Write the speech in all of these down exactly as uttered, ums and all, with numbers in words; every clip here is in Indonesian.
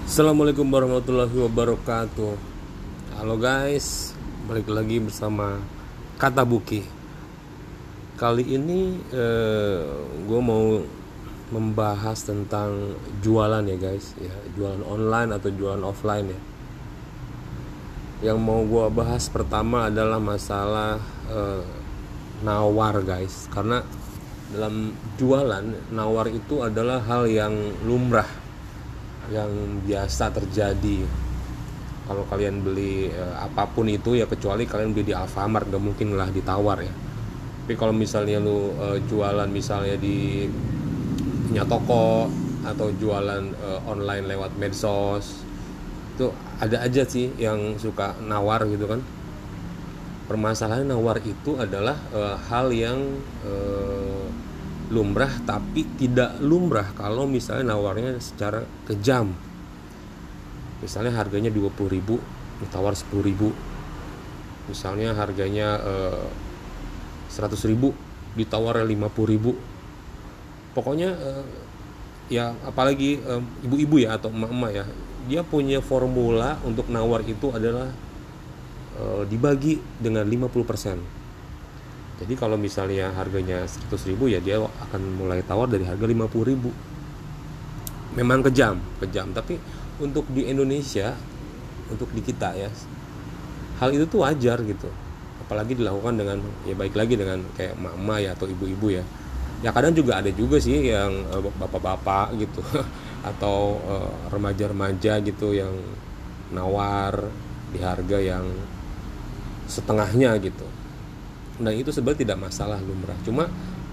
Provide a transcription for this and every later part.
Assalamualaikum warahmatullahi wabarakatuh. Halo guys, balik lagi bersama Kata Buki. Kali ini eh, gue mau membahas tentang jualan ya guys, ya jualan online atau jualan offline ya. Yang mau gue bahas pertama adalah masalah eh, nawar guys, karena dalam jualan nawar itu adalah hal yang lumrah, yang biasa terjadi. Kalau kalian beli eh, apapun itu ya, kecuali kalian beli di Alfamart, gak mungkin lah ditawar ya. Tapi kalau misalnya lu eh, jualan misalnya di punya toko atau jualan eh, online lewat medsos, itu ada aja sih yang suka nawar gitu kan. Permasalahan nawar itu adalah e, hal yang e, lumrah, tapi tidak lumrah kalau misalnya nawarnya secara kejam. Misalnya harganya dua puluh ribu, ditawar sepuluh ribu. Misalnya harganya e, seratus ribu, ditawar lima puluh ribu. Pokoknya e, ya apalagi e, ibu-ibu ya atau emak-emak ya, dia punya formula untuk nawar itu adalah dibagi dengan lima puluh persen. Jadi kalau misalnya harganya seratus ribu ya dia akan mulai tawar dari harga lima puluh ribu. Memang kejam, kejam, tapi untuk di Indonesia, untuk di kita ya, hal itu tuh wajar gitu. Apalagi dilakukan dengan, ya baik lagi dengan kayak mama ya atau ibu-ibu ya. Ya kadang juga ada juga sih yang bapak-bapak gitu atau remaja-remaja gitu yang nawar di harga yang setengahnya gitu. Nah itu sebenarnya tidak masalah, lumrah. Cuma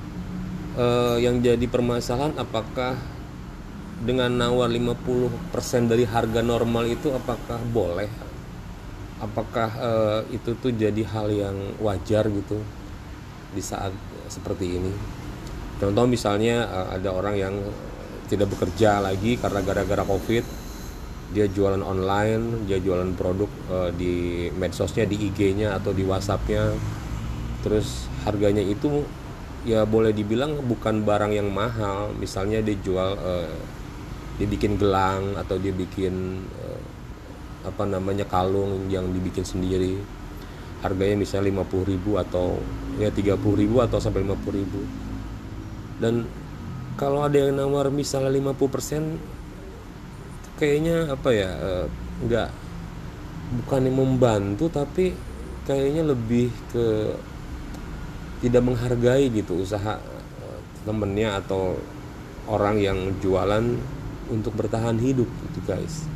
eh, yang jadi permasalahan, apakah dengan nawar lima puluh persen dari harga normal itu apakah boleh? Apakah eh, itu tuh jadi hal yang wajar gitu di saat seperti ini? Contoh misalnya eh, ada orang yang tidak bekerja lagi karena gara-gara Covid, dia jualan online, dia jualan produk uh, di medsosnya, di I G-nya atau di WhatsApp-nya. Terus harganya itu ya boleh dibilang bukan barang yang mahal. Misalnya dia jual, uh, dia bikin gelang atau dia bikin uh, apa namanya kalung yang dibikin sendiri. Harganya misalnya lima puluh ribu atau ya tiga puluh ribu atau sampai lima puluh ribu. Dan kalau ada yang nawar misalnya lima puluh persen, kayaknya apa ya, nggak, bukan yang membantu, tapi kayaknya lebih ke tidak menghargai gitu usaha temennya atau orang yang jualan untuk bertahan hidup gitu guys.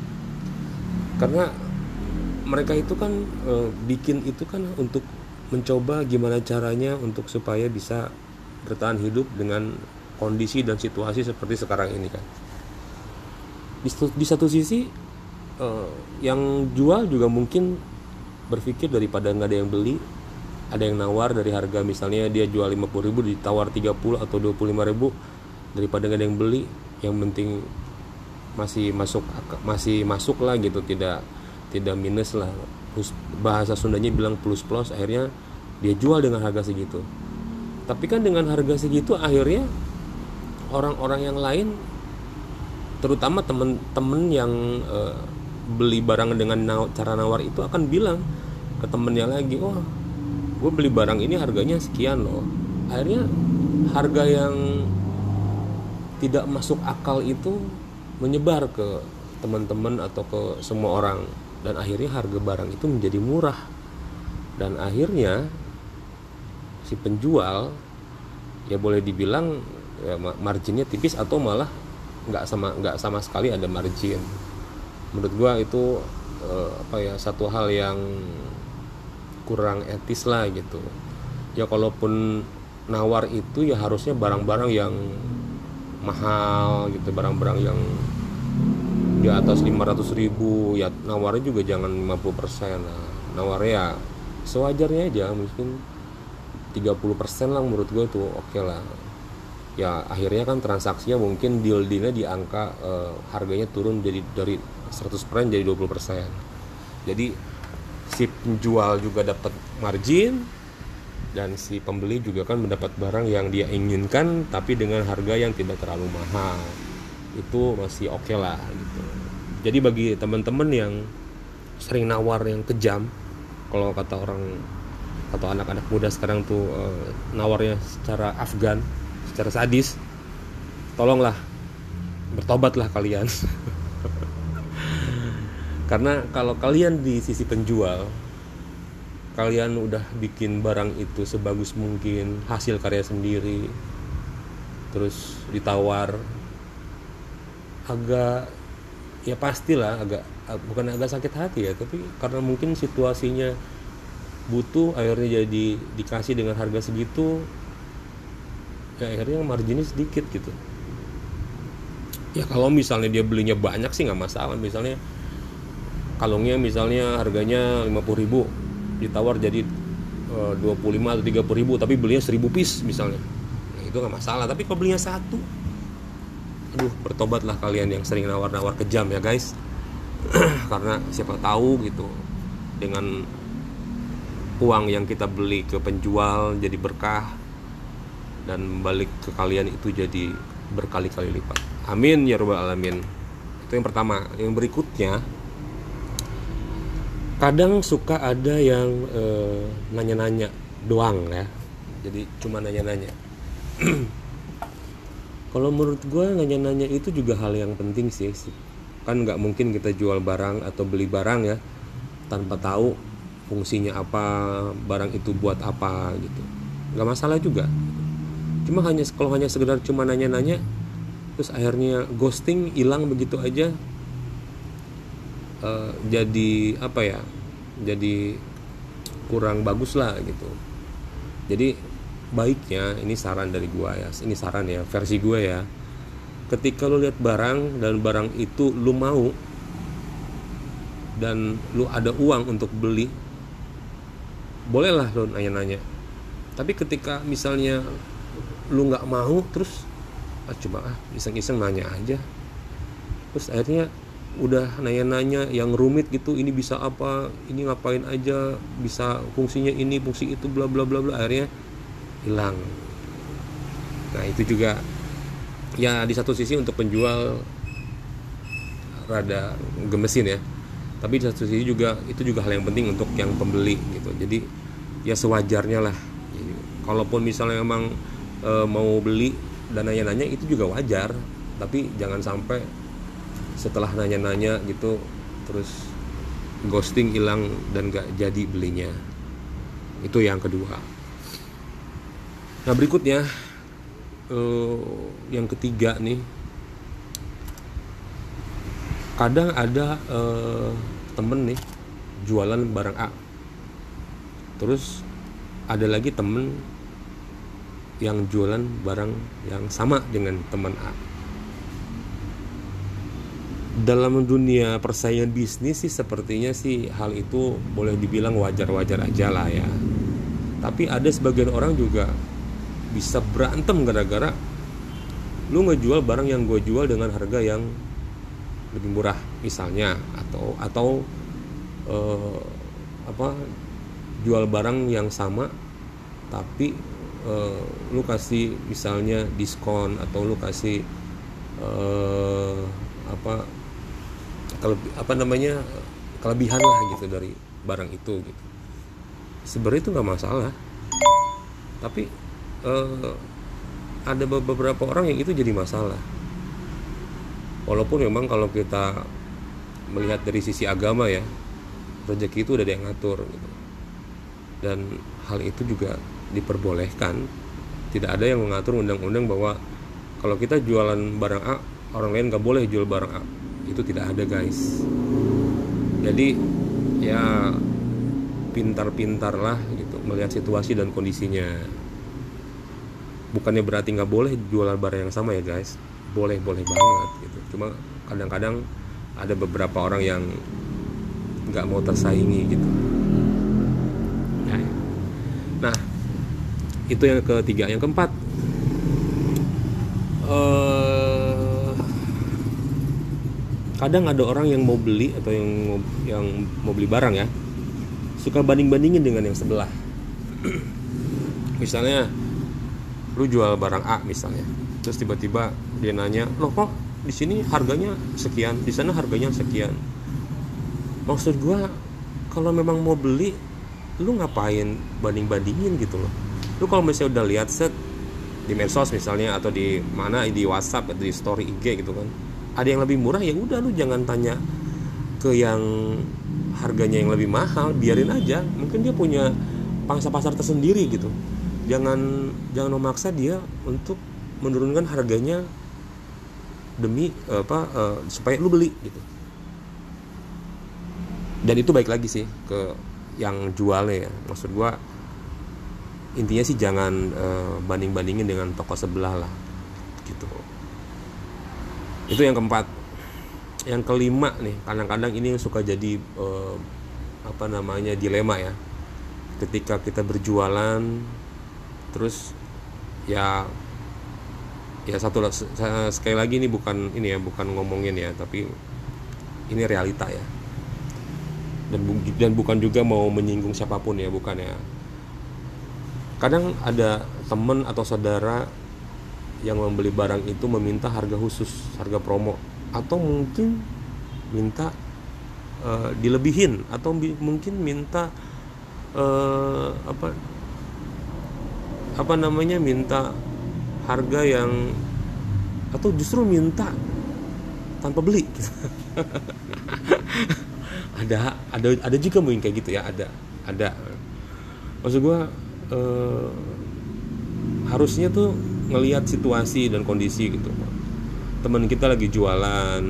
Karena mereka itu kan e, bikin itu kan untuk mencoba gimana caranya untuk supaya bisa bertahan hidup dengan kondisi dan situasi seperti sekarang ini kan. Di satu sisi eh, yang jual juga mungkin berpikir daripada nggak ada yang beli, ada yang nawar dari harga misalnya dia jual lima puluh ribu ditawar tiga puluh atau dua puluh lima ribu, daripada nggak ada yang beli, yang penting masih masuk masih masuk lah gitu, tidak tidak minus lah, plus, bahasa Sundanya bilang plus plus, akhirnya dia jual dengan harga segitu. Tapi kan dengan harga segitu akhirnya orang-orang yang lain, terutama temen-temen yang e, beli barang dengan naw- cara nawar itu akan bilang ke temennya lagi, oh gue beli barang ini harganya sekian loh. Akhirnya harga yang tidak masuk akal itu menyebar ke teman-teman atau ke semua orang, dan akhirnya harga barang itu menjadi murah, dan akhirnya si penjual ya boleh dibilang ya marginnya tipis atau malah nggak sama nggak sama sekali ada margin. Menurut gua itu eh, apa ya, satu hal yang kurang etis lah gitu ya. Kalaupun nawar itu ya harusnya barang-barang yang mahal gitu, barang-barang yang di atas lima ratus ribu ya nawarnya juga jangan lima puluh persen lah. Nawarnya ya sewajarnya aja, mungkin tiga puluh persen lah, menurut gua itu oke okay lah. Ya akhirnya kan transaksinya mungkin deal-dealnya di angka eh, harganya turun jadi dari seratus persen jadi dua puluh persen. Jadi si penjual juga dapat margin, dan si pembeli juga kan mendapat barang yang dia inginkan tapi dengan harga yang tidak terlalu mahal. Itu masih oke okay lah gitu. Jadi bagi teman-teman yang sering nawar yang kejam, kalau kata orang atau anak-anak muda sekarang tuh uh, nawarnya secara Afgan, secara sadis, tolonglah bertobatlah kalian. Karena kalau kalian di sisi penjual, kalian udah bikin barang itu sebagus mungkin, hasil karya sendiri, terus ditawar agak, ya pastilah agak, bukan agak sakit hati ya, tapi karena mungkin situasinya butuh, akhirnya jadi dikasih dengan harga segitu, ya akhirnya marginnya sedikit gitu. Ya kalau misalnya dia belinya banyak sih nggak masalah, misalnya kalungnya misalnya harganya lima puluh ribu, ditawar jadi uh, dua puluh lima atau tiga puluh ribu, tapi belinya seribu piece misalnya, nah, itu nggak masalah. Tapi kalau belinya satu, aduh, bertobatlah kalian yang sering nawar-nawar kejam ya guys. Karena siapa tahu gitu, dengan uang yang kita beli ke penjual jadi berkah, dan balik ke kalian itu jadi berkali-kali lipat. Amin ya rabbal alamin. Itu yang pertama. Yang berikutnya, kadang suka ada yang eh, nanya-nanya doang ya, jadi cuma nanya-nanya. Kalau menurut gue nanya-nanya itu juga hal yang penting sih. Kan nggak mungkin kita jual barang atau beli barang ya tanpa tahu fungsinya apa, barang itu buat apa gitu. Nggak masalah juga. Cuma hanya kalau hanya sekedar cuma nanya-nanya, terus akhirnya ghosting, hilang begitu aja. Uh, jadi apa ya, jadi kurang bagus lah gitu. Jadi baiknya, ini saran dari gua ya, ini saran ya, versi gua ya, ketika lu lihat barang dan barang itu lu mau dan lu ada uang untuk beli, bolehlah lu nanya-nanya. Tapi ketika misalnya lu nggak mau, terus ah, coba ah iseng-iseng nanya aja, terus akhirnya udah nanya-nanya yang rumit gitu, ini bisa apa, ini ngapain aja, bisa fungsinya ini, fungsi itu, bla bla bla bla, akhirnya hilang. Nah itu juga ya, di satu sisi untuk penjual rada gemesin ya, tapi di satu sisi juga itu juga hal yang penting untuk yang pembeli gitu. Jadi ya sewajarnya lah. Jadi, kalaupun misalnya emang e, mau beli dan nanya-nanya, itu juga wajar, tapi jangan sampai setelah nanya-nanya gitu terus ghosting, hilang, dan gak jadi belinya. Itu yang kedua. Nah berikutnya, uh, yang ketiga nih, kadang ada uh, temen nih jualan barang A, terus ada lagi temen yang jualan barang yang sama dengan teman A. Dalam dunia persaingan bisnis sih sepertinya sih hal itu boleh dibilang wajar-wajar aja lah ya. Tapi ada sebagian orang juga bisa berantem gara-gara lu ngejual barang yang gue jual dengan harga yang lebih murah misalnya, atau atau eh, apa jual barang yang sama tapi eh, lu kasih misalnya diskon, atau lu kasih eh, apa kelebih, apa namanya kelebihan lah gitu dari barang itu gitu. Sebenarnya itu nggak masalah, tapi eh, ada beberapa orang yang itu jadi masalah. Walaupun memang kalau kita melihat dari sisi agama ya, rezeki itu udah ada yang ngatur gitu. Dan hal itu juga diperbolehkan. Tidak ada yang mengatur undang-undang bahwa kalau kita jualan barang A, orang lain nggak boleh jual barang A. Itu tidak ada guys. Jadi ya pintar-pintar lah gitu melihat situasi dan kondisinya. Bukannya berarti nggak boleh jualan barang yang sama ya guys, boleh boleh banget gitu. Cuma kadang-kadang ada beberapa orang yang nggak mau tersaingi gitu. Nah itu yang ketiga. Yang keempat, uh, kadang ada orang yang mau beli atau yang mau, yang mau beli barang ya, suka banding-bandingin dengan yang sebelah. Misalnya lu jual barang A misalnya, terus tiba-tiba dia nanya, loh kok di sini harganya sekian, di sana harganya sekian. Maksud gua kalau memang mau beli, lu ngapain banding-bandingin gitu loh. Lu kalau misalnya udah lihat set di medsos misalnya, atau di mana, di WhatsApp atau di story I G gitu kan, ada yang lebih murah, ya udah lu jangan tanya ke yang harganya yang lebih mahal, biarin aja. Mungkin dia punya pangsa pasar tersendiri gitu. Jangan jangan memaksa dia untuk menurunkan harganya demi apa uh, supaya lu beli gitu. Dan itu baik lagi sih ke yang jualnya ya. Maksud gua intinya sih jangan uh, banding-bandingin dengan toko sebelah lah gitu. Itu yang keempat. Yang kelima nih, kadang-kadang ini suka jadi uh, apa namanya dilema ya. Ketika kita berjualan terus ya ya satu sekali lagi ini bukan ini ya bukan ngomongin ya, tapi ini realita ya. Dan dan bukan juga mau menyinggung siapapun ya, bukan ya. Kadang ada teman atau saudara yang membeli barang itu meminta harga khusus, harga promo, atau mungkin minta uh, dilebihin, atau bi- mungkin minta uh, apa apa namanya minta harga yang, atau justru minta tanpa beli gitu. ada ada ada juga mungkin kayak gitu ya, ada ada maksud gue eh, harusnya tuh ngelihat situasi dan kondisi gitu. Teman kita lagi jualan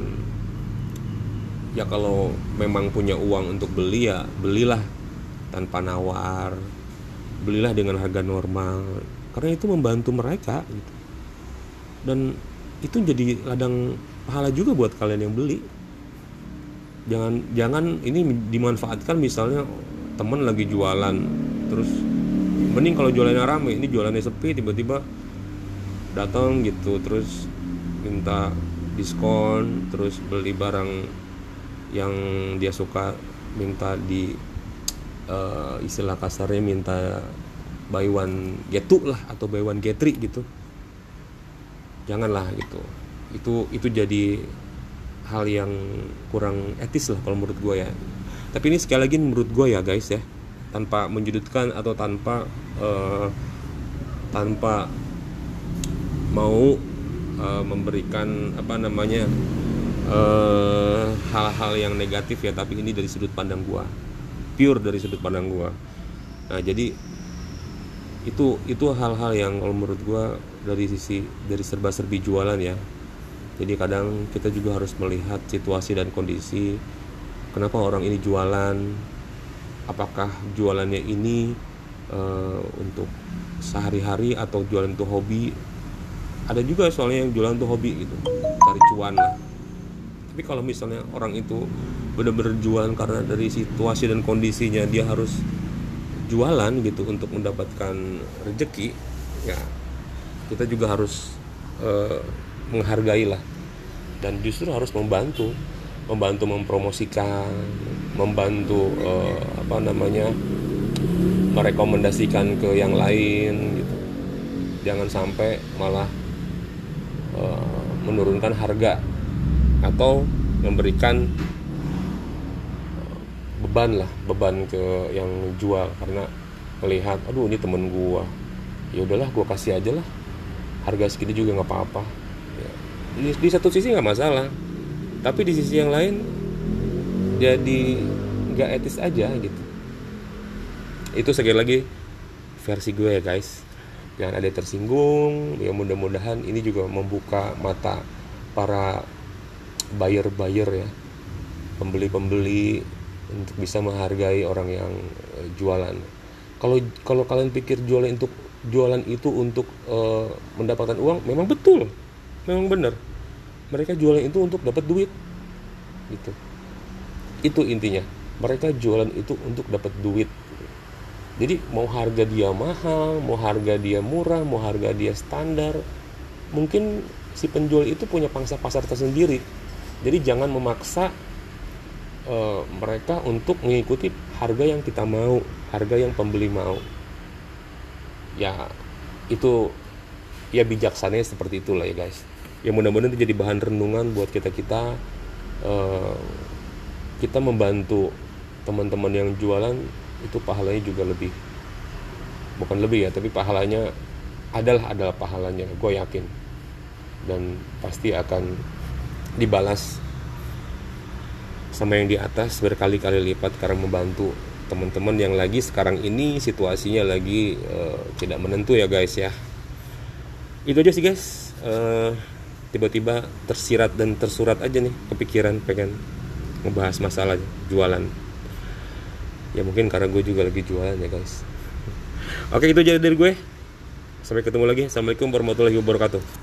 ya, kalau memang punya uang untuk beli ya belilah tanpa nawar, belilah dengan harga normal, karena itu membantu mereka gitu. Dan itu jadi ladang pahala juga buat kalian yang beli. Jangan jangan ini dimanfaatkan, misalnya temen lagi jualan terus, mending kalau jualannya rame, ini jualannya sepi, tiba-tiba datang gitu terus minta diskon, terus beli barang yang dia suka, minta di uh, istilah kasarnya minta buy one get two lah, atau buy one get three gitu. Janganlah gitu. Itu itu jadi hal yang kurang etis lah kalau menurut gue ya. Tapi ini sekali lagi menurut gue ya guys ya, tanpa menjudutkan atau tanpa uh, tanpa mau uh, memberikan apa namanya uh, hal-hal yang negatif ya, tapi ini dari sudut pandang gue, pure dari sudut pandang gue. Nah jadi itu itu hal-hal yang kalau menurut gue dari sisi dari serba-serbi jualan ya. Jadi kadang kita juga harus melihat situasi dan kondisi. Kenapa orang ini jualan? Apakah jualannya ini uh, untuk sehari-hari atau jualan untuk hobi? Ada juga soalnya yang jualan untuk hobi gitu, cari cuan lah. Tapi kalau misalnya orang itu benar-benar jualan karena dari situasi dan kondisinya dia harus jualan gitu untuk mendapatkan rezeki, ya kita juga harus uh, menghargai lah, dan justru harus membantu membantu mempromosikan, membantu uh, apa namanya merekomendasikan ke yang lain gitu. Jangan sampai malah uh, menurunkan harga atau memberikan uh, beban lah beban ke yang jual, karena melihat aduh ini temen gua, ya udahlah gua kasih aja lah harga segini juga nggak apa-apa. Di, di satu sisi nggak masalah, tapi di sisi yang lain jadi nggak etis aja gitu. Itu sekali lagi versi gue ya guys, jangan ada yang tersinggung ya. Mudah-mudahan ini juga membuka mata para buyer-buyer ya, pembeli-pembeli, untuk bisa menghargai orang yang jualan. Kalau kalau kalian pikir jualan untuk jualan itu untuk uh, mendapatkan uang, memang betul, memang benar. Mereka jualan itu untuk dapat duit gitu. Itu intinya, mereka jualan itu untuk dapat duit. Jadi mau harga dia mahal, mau harga dia murah, mau harga dia standar, mungkin si penjual itu punya pangsa pasar tersendiri. Jadi jangan memaksa uh, mereka untuk mengikuti harga yang kita mau, harga yang pembeli mau. Ya itu ya bijaksananya seperti itulah ya guys. Ya mudah-mudahan itu jadi bahan renungan buat kita-kita. uh, Kita membantu teman-teman yang jualan itu pahalanya juga lebih, bukan lebih ya, tapi pahalanya adalah adalah pahalanya, gue yakin, dan pasti akan dibalas sama yang di atas berkali-kali lipat karena membantu teman-teman yang lagi sekarang ini situasinya lagi uh, tidak menentu ya guys ya. Itu aja sih guys. uh, tiba-tiba tersirat dan tersurat aja nih kepikiran pengen ngebahas masalah jualan. Ya mungkin karena gue juga lagi jualan ya guys. Oke, itu aja dari gue. Sampai ketemu lagi. Assalamualaikum warahmatullahi wabarakatuh.